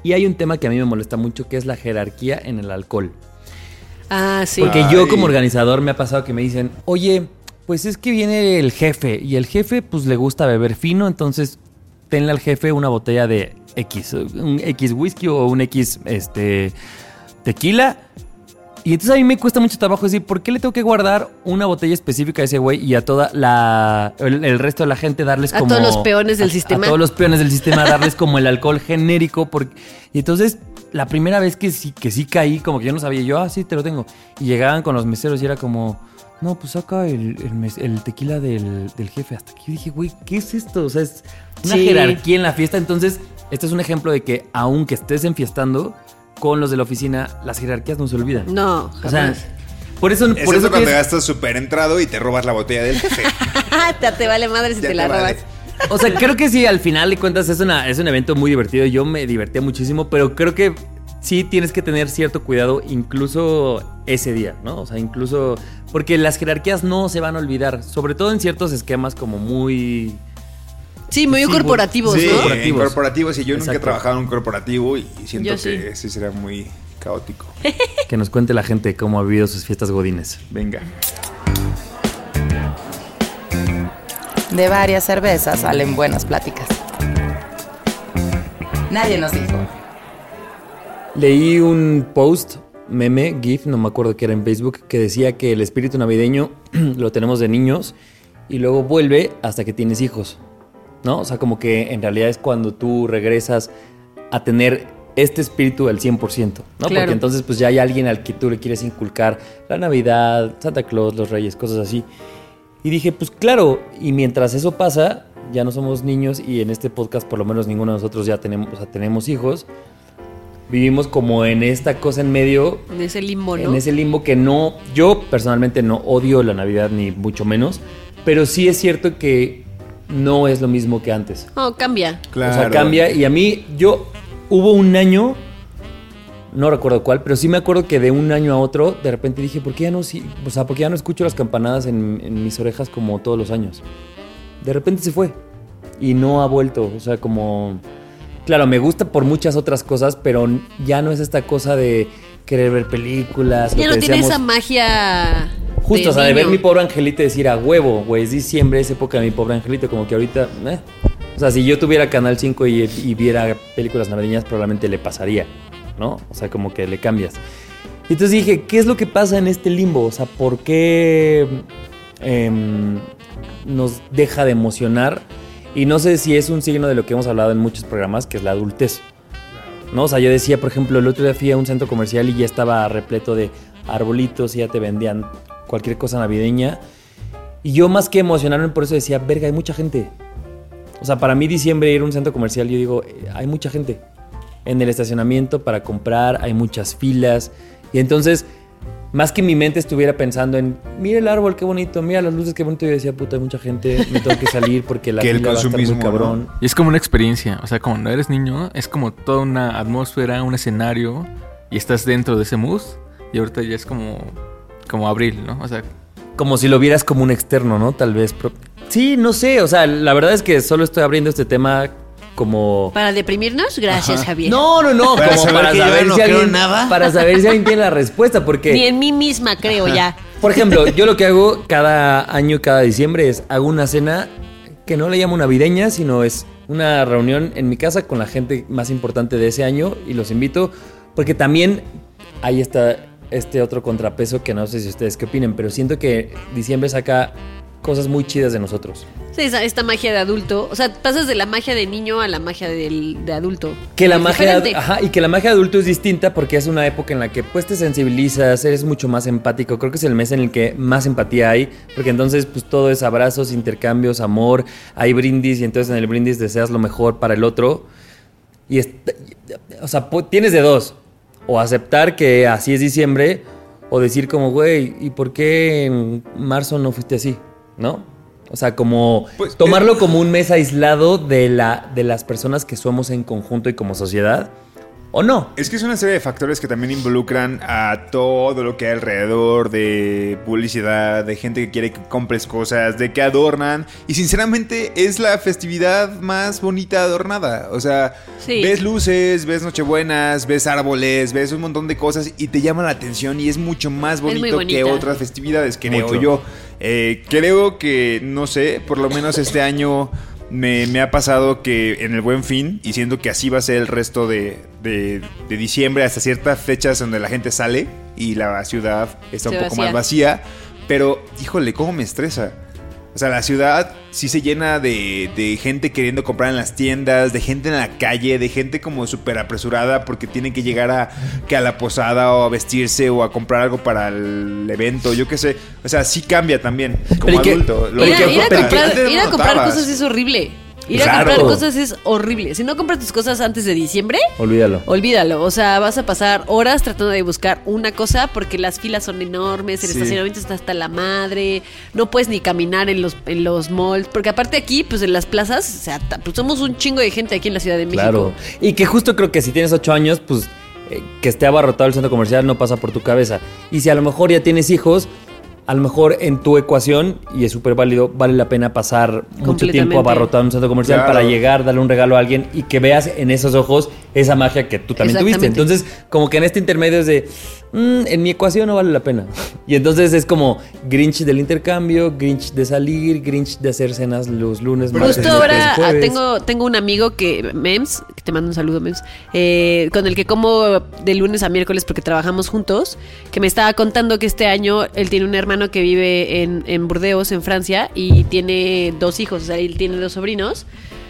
Y hay un tema que a mí me molesta mucho, que es la jerarquía en el alcohol. Ah, sí. Porque Ay. yo como organizador me ha pasado que me dicen, oye, pues es que viene el jefe. Y el jefe pues le gusta beber fino, entonces tenle al jefe una botella de X. Un X whisky o un X este, tequila. Y entonces a mí me cuesta mucho trabajo decir, ¿por qué le tengo que guardar una botella específica a ese güey y a toda la el, el resto de la gente darles A como... todos los peones del a, sistema. A todos los peones del sistema darles como el alcohol genérico. Porque, y entonces, la primera vez que sí, que sí caí, como que yo no sabía, yo, ah, sí, te lo tengo. Y llegaban con los meseros y era como, no, pues saca el, el, mes- el tequila del, del jefe. Hasta que yo dije, güey, ¿qué es esto? O sea, es una Sí. jerarquía en la fiesta. Entonces, este es un ejemplo de que aunque estés enfiestando con los de la oficina, las jerarquías no se olvidan. No, O sea, jamás. por eso, Es por eso eso cuando que ya es- estás súper entrado y te robas la botella del jefe. te, te vale madre si Ya te la te vale. robas. O sea, creo que sí, al final de cuentas es, una, es un evento muy divertido. Yo me divertía muchísimo, pero creo que sí tienes que tener cierto cuidado incluso ese día, ¿no? O sea, incluso... Porque las jerarquías no se van a olvidar, sobre todo en ciertos esquemas como muy... Sí, muy Sí, corporativos, Sí, ¿no? Corporativos. en corporativos. Y yo nunca he Exacto. trabajado en un corporativo y siento Yo que sí. sí será muy caótico. Que nos cuente la gente cómo ha vivido sus fiestas godines. Venga. De varias cervezas salen buenas pláticas. Nadie nos dijo. Leí un post, meme, GIF, no me acuerdo qué era en Facebook, que decía que el espíritu navideño lo tenemos de niños y luego vuelve hasta que tienes hijos, ¿no? O sea, como que en realidad es cuando tú regresas a tener este espíritu al cien por ciento, ¿no? Claro. Porque entonces pues ya hay alguien al que tú le quieres inculcar la Navidad, Santa Claus, los Reyes, cosas así. Y dije, pues claro, y mientras eso pasa, ya no somos niños y en este podcast por lo menos ninguno de nosotros ya tenemos, o sea, tenemos hijos. Vivimos como en esta cosa en medio, En ese limbo, ¿no? en ese limbo que no, yo personalmente no odio la Navidad ni mucho menos, pero sí es cierto que no es lo mismo que antes. Oh, cambia. Claro. O sea, cambia y a mí, yo, hubo un año, no recuerdo cuál, pero sí me acuerdo que de un año a otro, de repente dije, ¿por qué ya no, sí, o sea, ¿por qué ya no escucho las campanadas en, en mis orejas como todos los años? De repente se fue y no ha vuelto, o sea, como... Claro, me gusta por muchas otras cosas, pero ya no es esta cosa de querer ver películas. Ya lo no que tiene decíamos. esa magia. Justo, o sea, de ver niño. Mi Pobre Angelito y decir a huevo, güey, es diciembre, es época de Mi Pobre Angelito, como que ahorita, eh. O sea, si yo tuviera Canal cinco y, y viera películas navideñas, probablemente le pasaría, ¿no? O sea, como que le cambias. Y entonces dije, ¿qué es lo que pasa en este limbo? O sea, ¿por qué em, nos deja de emocionar? Y no sé si es un signo de lo que hemos hablado en muchos programas, que es la adultez. ¿No? O sea, yo decía, por ejemplo, el otro día fui a un centro comercial y ya estaba repleto de arbolitos y ya te vendían cualquier cosa navideña. Y yo más que emocionarme por eso decía, verga, hay mucha gente. O sea, para mí diciembre ir a un centro comercial, yo digo, eh, hay mucha gente. En el estacionamiento para comprar, hay muchas filas. Y entonces, más que mi mente estuviera pensando en, mira el árbol, qué bonito, mira las luces, qué bonito, yo decía, puta, hay mucha gente, me tengo que salir porque la Que el fila va a estar muy consumismo, cabrón. Y es como una experiencia, o sea, cuando eres niño es como toda una atmósfera, un escenario y estás dentro de ese mood y ahorita ya es como, como abril, ¿no? O sea, Como si lo vieras como un externo, ¿no? Tal vez. Pro- Sí, no sé. O sea, la verdad es que solo estoy abriendo este tema como... Para deprimirnos, gracias, Javier. No, no, no. Para como saber para que yo saber no si creo alguien... nada. Para saber si alguien tiene la respuesta. Porque... Ni en mí misma creo ya. Por ejemplo, yo lo que hago cada año, cada diciembre es hago una cena que no le llamo navideña, sino es una reunión en mi casa con la gente más importante de ese año y los invito porque también ahí está este otro contrapeso que no sé si ustedes qué opinen, pero siento que diciembre saca cosas muy chidas de nosotros. Sí, esa- esta magia de adulto. O sea, pasas de la magia de niño a la magia del, de adulto. Que la Es magia, diferente. ajá, y que la magia de adulto es distinta porque es una época en la que pues te sensibilizas, eres mucho más empático. Creo que es el mes en el que más empatía hay, porque entonces pues todo es abrazos, intercambios, amor, hay brindis y entonces en el brindis deseas lo mejor para el otro. Y es, o sea, pu- tienes de dos, o aceptar que así es diciembre o decir como, güey, ¿y por qué en marzo no fuiste así? ¿No? O sea, como Pues, tomarlo eh, como un mes aislado de, la, de las personas que somos en conjunto y como sociedad. o no. Es que es una serie de factores que también involucran a todo lo que hay alrededor, de publicidad, de gente que quiere que compres cosas, de que adornan. Y sinceramente es la festividad más bonita adornada. O sea, sí. ves luces, ves nochebuenas, ves árboles, ves un montón de cosas y te llama la atención y es mucho más bonito que otras festividades, creo mucho. yo. Eh, creo que, no sé, por lo menos este año... Me, me ha pasado que en el Buen Fin, y siento que así va a ser el resto de, de, de diciembre, hasta ciertas fechas donde la gente sale y la ciudad está un Se poco vacía. más vacía. Pero, híjole, cómo me estresa. O sea, la ciudad sí se llena de, de gente queriendo comprar en las tiendas, de gente en la calle, de gente como súper apresurada porque tienen que llegar a, que a la posada o a vestirse o a comprar algo para el evento, yo qué sé. O sea, sí cambia también como adulto. Que, ir, a, ir, a comprar, ir a comprar cosas es horrible. Ir claro. a comprar cosas es horrible. Si no compras tus cosas antes de diciembre, olvídalo. Olvídalo. O sea, vas a pasar horas tratando de buscar una cosa porque las filas son enormes, el sí. estacionamiento está hasta la madre, no puedes ni caminar en los en los malls, porque aparte aquí, pues en las plazas, o sea, pues somos un chingo de gente aquí en la Ciudad de México. Claro. Y que justo creo que si tienes ocho años, pues eh, que esté abarrotado el centro comercial no pasa por tu cabeza. Y si a lo mejor ya tienes hijos, a lo mejor en tu ecuación, y es súper válido, vale la pena pasar mucho tiempo abarrotado en un centro comercial claro. para llegar, darle un regalo a alguien y que veas en esos ojos esa magia que tú también tuviste. Entonces, como que en este intermedio es de, mmm, en mi ecuación no vale la pena. Y entonces es como Grinch del intercambio, Grinch de salir, Grinch de hacer cenas los lunes, martes, justo ahora tengo, tengo un amigo que, Mems, que te mando un saludo, Mems, eh, con el que como de lunes a miércoles porque trabajamos juntos, que me estaba contando que este año él tiene un hermano que vive en, en Burdeos, en Francia, y tiene dos hijos, o sea, él tiene dos sobrinos.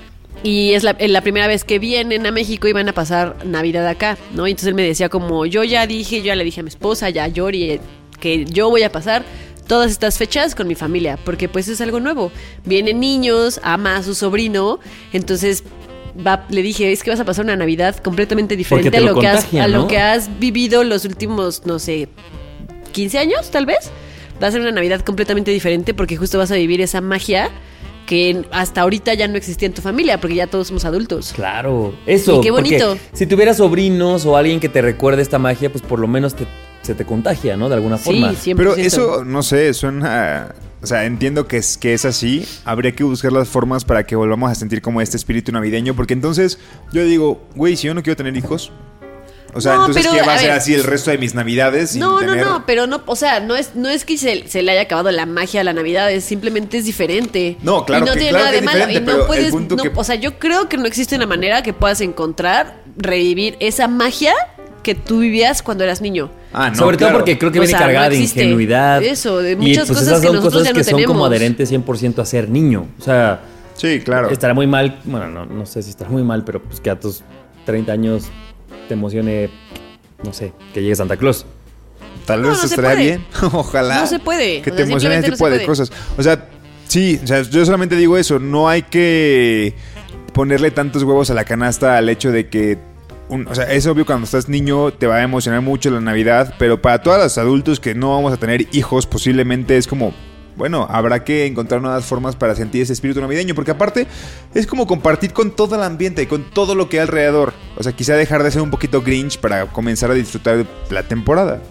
Y es la, la primera vez que vienen a México y van a pasar Navidad acá, ¿no? Y entonces él me decía como, yo ya dije, yo ya le dije a mi esposa, ya a Yori, que yo voy a pasar todas estas fechas con mi familia, porque pues es algo nuevo. Vienen niños, ama a su sobrino, entonces va, le dije, es que vas a pasar una Navidad completamente diferente a lo, lo contagia, que has, a ¿no? lo que has vivido los últimos, no sé, quince años, tal vez. Va a ser una Navidad completamente diferente porque justo vas a vivir esa magia que hasta ahorita ya no existía en tu familia porque ya todos somos adultos. Claro, eso. Y qué bonito. Si tuvieras sobrinos o alguien que te recuerde esta magia, pues por lo menos te, se te contagia, ¿no? De alguna forma. Sí, cien por ciento. Pero eso, no sé, suena... O sea, entiendo que es, que es así. Habría que buscar las formas para que volvamos a sentir como este espíritu navideño. Porque entonces yo digo, güey, si yo no quiero tener hijos... O sea, no, entonces, ¿qué va a, a ser ver, así el resto de mis navidades? No, sin no, tener... no, pero no, o sea, no es, no es que se, se le haya acabado la magia a la Navidad, es simplemente es diferente. No, claro y no que, tiene claro nada que de malo. Es y no puedes, no, que... o sea, yo creo que no existe una manera que puedas encontrar, revivir esa magia que tú vivías cuando eras niño. Ah, no, Sobre claro. todo porque creo que o viene sea, cargada no de ingenuidad. Eso, de muchas y, pues, cosas esas que son nosotros cosas ya no que tenemos. son como adherentes cien por ciento a ser niño. O sea, sí, claro. Estará muy mal, bueno, no, no sé si estará muy mal, pero pues que a tus treinta años te emocione, no sé, que llegue Santa Claus. Tal vez no, no estaría bien. Ojalá. No se puede. Que o te sea, emocione ese tipo no de cosas. O sea, sí, o sea, yo solamente digo eso. No hay que ponerle tantos huevos a la canasta al hecho de que... Un, o sea, es obvio cuando estás niño te va a emocionar mucho la Navidad, pero para todos los adultos que no vamos a tener hijos, posiblemente es como... Bueno, habrá que encontrar nuevas formas para sentir ese espíritu navideño, porque aparte es como compartir con todo el ambiente, con todo lo que hay alrededor. O sea, quizá dejar de ser un poquito Grinch para comenzar a disfrutar la temporada.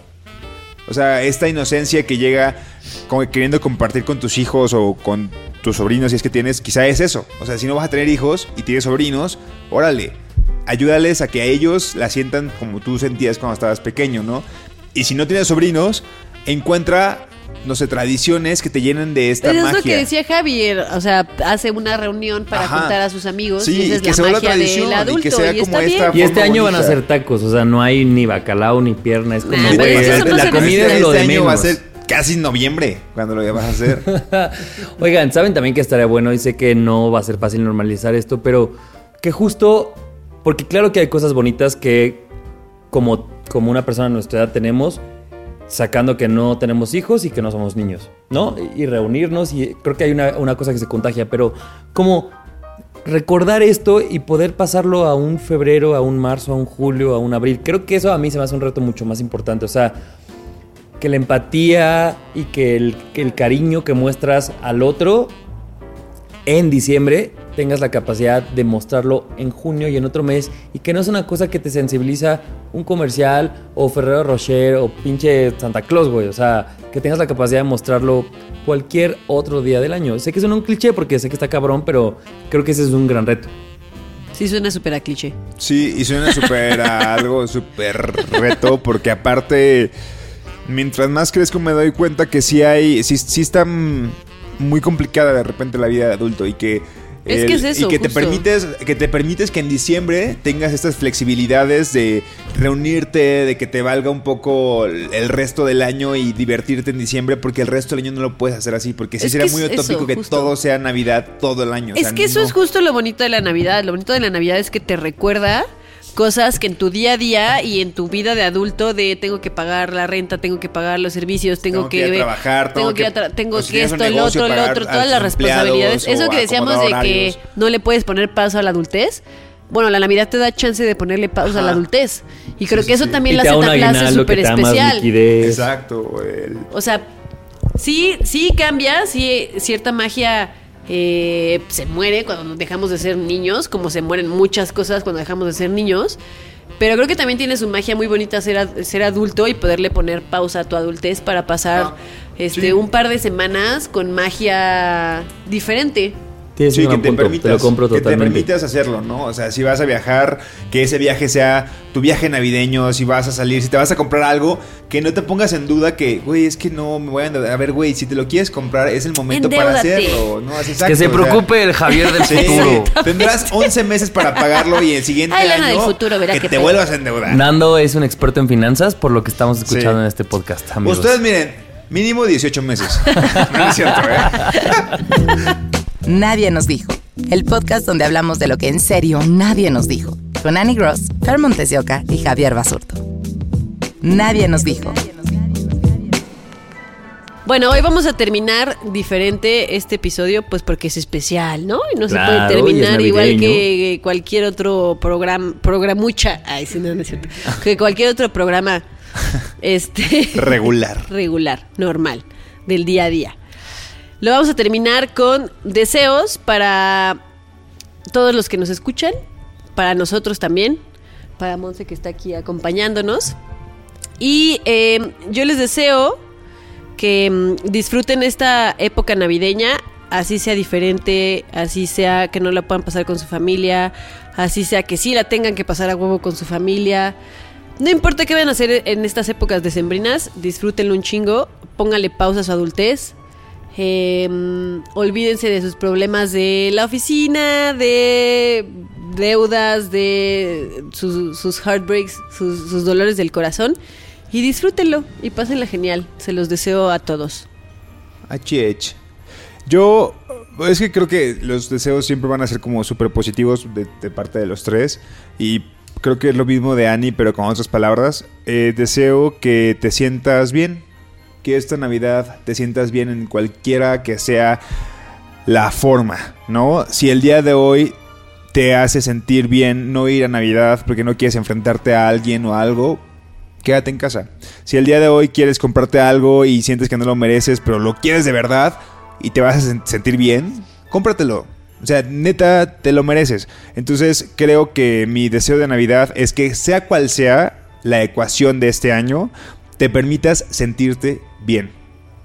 O sea, esta inocencia que llega como queriendo compartir con tus hijos o con tus sobrinos, si es que tienes, quizá es eso. O sea, si no vas a tener hijos y tienes sobrinos, órale, ayúdales a que a ellos la sientan como tú sentías cuando estabas pequeño, ¿no? Y si no tienes sobrinos, encuentra... no sé, tradiciones que te llenen de esta Pero magia. Es lo que decía Javier, o sea, hace una reunión para Ajá. juntar a sus amigos sí, y esa es que la se magia tradición, del adulto y que sea y como está esta bien. Y este año bonita. van a hacer tacos, o sea, no hay ni bacalao ni pierna, es como Nah, güey, pero eso no la se comida necesita. es lo este de año menos. va a ser casi noviembre cuando lo vas a hacer. Oigan, saben también que estaría bueno y sé que no va a ser fácil normalizar esto, pero que justo, porque claro que hay cosas bonitas que como, como una persona de nuestra edad tenemos, sacando que no tenemos hijos y que no somos niños, ¿no? Y reunirnos y creo que hay una, una cosa que se contagia, pero como recordar esto y poder pasarlo a un febrero, a un marzo, a un julio, a un abril, creo que eso a mí se me hace un reto mucho más importante, o sea, que la empatía y que el, que el cariño que muestras al otro en diciembre tengas la capacidad de mostrarlo en junio y en otro mes, y que no es una cosa que te sensibiliza un comercial o Ferrero Rocher o pinche Santa Claus, güey. O sea, que tengas la capacidad de mostrarlo cualquier otro día del año. Sé que suena un cliché porque sé que está cabrón, pero creo que ese es un gran reto. Sí, suena súper a cliché. Sí, y suena súper a algo súper reto, porque aparte, mientras más crezco me doy cuenta que sí hay, sí, sí está muy complicada de repente la vida de adulto y que... Es el, que es eso, y que justo. te permites que te permites que en diciembre tengas estas flexibilidades de reunirte, de que te valga un poco el resto del año y divertirte en diciembre, porque el resto del año no lo puedes hacer así, porque sí Es sería que muy es utópico eso, que justo. todo sea Navidad todo el año. O Es sea, que eso no. es justo lo bonito de la Navidad. Lo bonito de la Navidad es que te recuerda cosas que en tu día a día y en tu vida de adulto de tengo que pagar la renta, tengo que pagar los servicios, tengo, Tengo que ir a ver- trabajar, tengo tengo que ir a que- tra- tengo o si que tienes esto, un el negocio, otro, el pagar otro, a todas tus las responsabilidades. empleados Eso o que decíamos de acomodar que horarios. no le puedes poner pausa a la adultez. Bueno, la Navidad te da chance de ponerle pausa a la adultez. Y creo que eso también Y la te hace da un una clase aguinaldo que súper te da más especial. liquidez. Exacto. el- O sea, sí, sí cambia, sí, cierta magia eh, se muere cuando dejamos de ser niños, como se mueren muchas cosas cuando dejamos de ser niños. Pero creo que también tiene su magia muy bonita ser, ad- ser adulto y poderle poner pausa a tu adultez para pasar Ah, este sí. un par de semanas con magia diferente. Tienes Sí, un que gran te punto, permitas, te lo compro que te totalmente. permitas hacerlo, ¿no? O sea, si vas a viajar, que ese viaje sea tu viaje navideño, si vas a salir, si te vas a comprar algo, que no te pongas en duda que, güey, es que no me voy a endeudar. A ver, güey, si te lo quieres comprar, es el momento para Endeúdate. hacerlo, ¿no? Es exacto, Que se o sea, preocupe el Javier del sí, futuro. tendrás once meses para pagarlo y el siguiente Ay, Lana año del futuro, verá que qué te pedo. vuelvas a endeudar. Nando es un experto en finanzas, por lo que estamos escuchando Sí. en este podcast, amigos. Ustedes miren, mínimo dieciocho meses. No es cierto, ¿eh? Nadie nos dijo. El podcast donde hablamos de lo que en serio nadie nos dijo. Con Annie Gross, Fer Montes de Oca y Javier Basurto. Nadie nos dijo. Bueno, hoy vamos a terminar diferente este episodio, pues porque es especial, ¿no? Y no Claro, se puede terminar y es igual navideño. que cualquier otro programa, programucha, ay, sí, no, no es cierto, que cualquier otro programa, este, Regular. regular, normal, del día a día. Lo vamos a terminar con deseos para todos los que nos escuchan, para nosotros también, para Monse que está aquí acompañándonos. Y eh, yo les deseo que mm, disfruten esta época navideña, así sea diferente, así sea que no la puedan pasar con su familia, así sea que sí la tengan que pasar a huevo con su familia. No importa qué vayan a hacer en estas épocas decembrinas, disfrútenlo un chingo, pónganle pausa a su adultez. Eh, olvídense de sus problemas de la oficina, de deudas, de sus, sus heartbreaks, sus, sus dolores del corazón, y disfrútenlo y pásenla genial. Se los deseo a todos. H H. Yo, es que creo que los deseos siempre van a ser como súper positivos de, de parte de los tres. Y creo que es lo mismo de Annie, pero con otras palabras. Eh, deseo que te sientas bien. Que esta Navidad te sientas bien en cualquiera que sea la forma, ¿no? Si el día de hoy te hace sentir bien no ir a Navidad porque no quieres enfrentarte a alguien o a algo, quédate en casa. Si el día de hoy quieres comprarte algo y sientes que no lo mereces, pero lo quieres de verdad y te vas a sen- sentir bien, cómpratelo. O sea, neta, te lo mereces. Entonces, creo que mi deseo de Navidad es que sea cual sea la ecuación de este año, te permitas sentirte bien.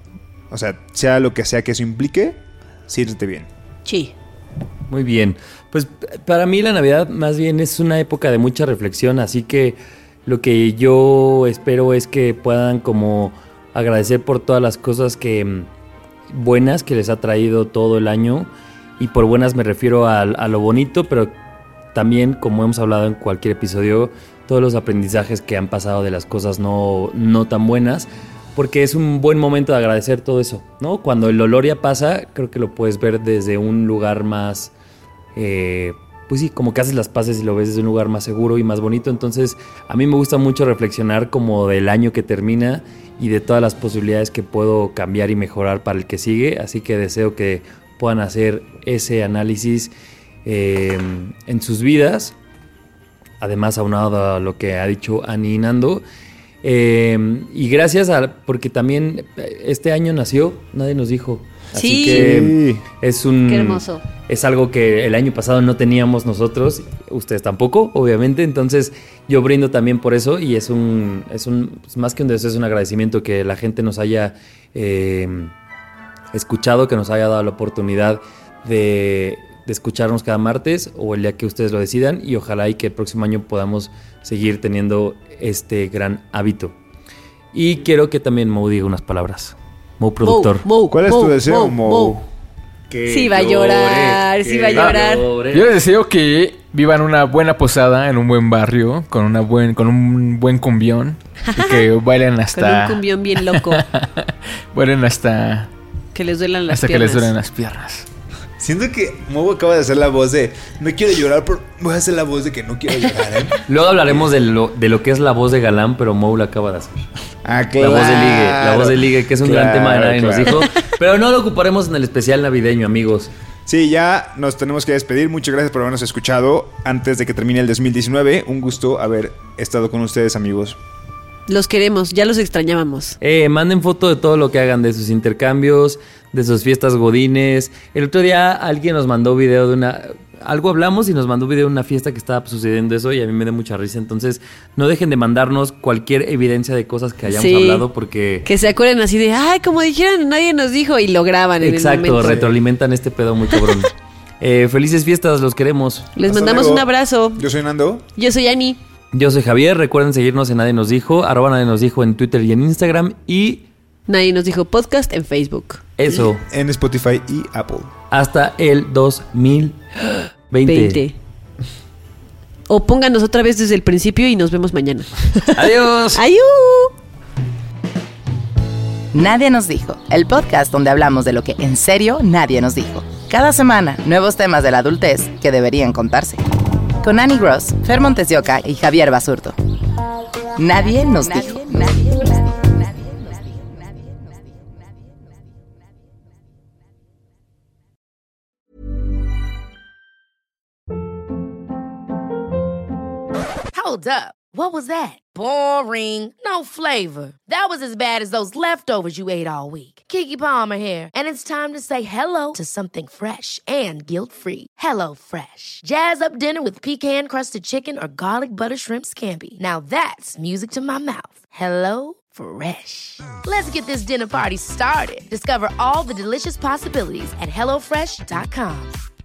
O sea, sea lo que sea que eso implique, siéntete bien. Sí. Muy bien. Pues para mí la Navidad más bien es una época de mucha reflexión, así que lo que yo espero es que puedan como agradecer por todas las cosas que mm, buenas que les ha traído todo el año, y por buenas me refiero a, a lo bonito, pero también, como hemos hablado en cualquier episodio, todos los aprendizajes que han pasado de las cosas no, no tan buenas, porque es un buen momento de agradecer todo eso, ¿no? Cuando el dolor ya pasa, creo que lo puedes ver desde un lugar más, eh, pues sí, como que haces las paces y lo ves desde un lugar más seguro y más bonito. Entonces, a mí me gusta mucho reflexionar como del año que termina y de todas las posibilidades que puedo cambiar y mejorar para el que sigue, así que deseo que puedan hacer ese análisis eh, en sus vidas. Además, aunado a lo que ha dicho Annie y Nando. Eh, y gracias a... Porque también este año nació, nadie nos dijo. Así Sí. que es un... Qué hermoso. es algo que el año pasado no teníamos nosotros, ustedes tampoco, obviamente. Entonces yo brindo también por eso y es un, es un pues más que un deseo, es un agradecimiento que la gente nos haya eh, escuchado, que nos haya dado la oportunidad de, de escucharnos cada martes o el día que ustedes lo decidan, y ojalá y que el próximo año podamos seguir teniendo este gran hábito. Y quiero que también Mo diga unas palabras. Mo, productor. Mo, Mo, ¿Cuál es Mo, tu deseo, Mo? Mo. Que Sí va a llorar, sí va a llorar. llore. Yo les deseo que vivan una buena posada en un buen barrio, con una buen, con un buen cumbión. Y que bailen hasta... Con un cumbión bien loco. bailen hasta... Que les duelan las hasta piernas. que les duelen las piernas. Siento que Mo acaba de hacer la voz de no quiero llorar, pero voy a hacer la voz de que no quiero llorar, ¿eh? Luego hablaremos de lo, de lo que es la voz de Galán, pero Mo la acaba de hacer. Ah, La voz de ligue, la voz de ligue, que es un gran Claro, tema de Nadie claro. nos dijo. Pero no lo ocuparemos en el especial navideño, amigos. Sí, ya nos tenemos que despedir. Muchas gracias por habernos escuchado antes de que termine el dos mil diecinueve. Un gusto haber estado con ustedes, amigos. Los queremos, ya los extrañábamos. Eh, manden foto de todo lo que hagan, de sus intercambios, de sus fiestas godines. El otro día alguien nos mandó video de una... Algo hablamos y nos mandó video de una fiesta que estaba sucediendo eso y a mí me da mucha risa. Entonces, no dejen de mandarnos cualquier evidencia de cosas que hayamos Sí. hablado porque... Que se acuerden así de, ay, como dijeron, nadie nos dijo, y lo graban en el Exacto, momento. retroalimentan este pedo muy cabrón. eh, felices fiestas, los queremos. Les Hasta mandamos luego. un abrazo. Yo soy Nando. Yo soy Ani. Yo soy Javier, recuerden seguirnos en Nadie Nos Dijo, arroba Nadie Nos Dijo en Twitter y en Instagram. Y Nadie nos dijo podcast en Facebook. eso, En Spotify y Apple. hasta el dos mil veinte. veinte. O pónganos otra vez desde el principio y nos vemos mañana. Adiós. ¡Ayú! Nadie nos dijo, el podcast donde hablamos de lo que en serio nadie nos dijo. Cada semana, nuevos temas de la adultez que deberían contarse. Con Annie Gross, Fer Montes de Oca y Javier Basurto. Nadie nos dijo. Hold up. What was that? Boring. No flavor. That was as bad as those leftovers you ate all week. Keke Palmer here, and it's time to say hello to something fresh and guilt-free. Hello Fresh. Jazz up dinner with pecan-crusted chicken or garlic butter shrimp scampi. Now that's music to my mouth. Hello Fresh. Let's get this dinner party started. Discover all the delicious possibilities at hello fresh dot com.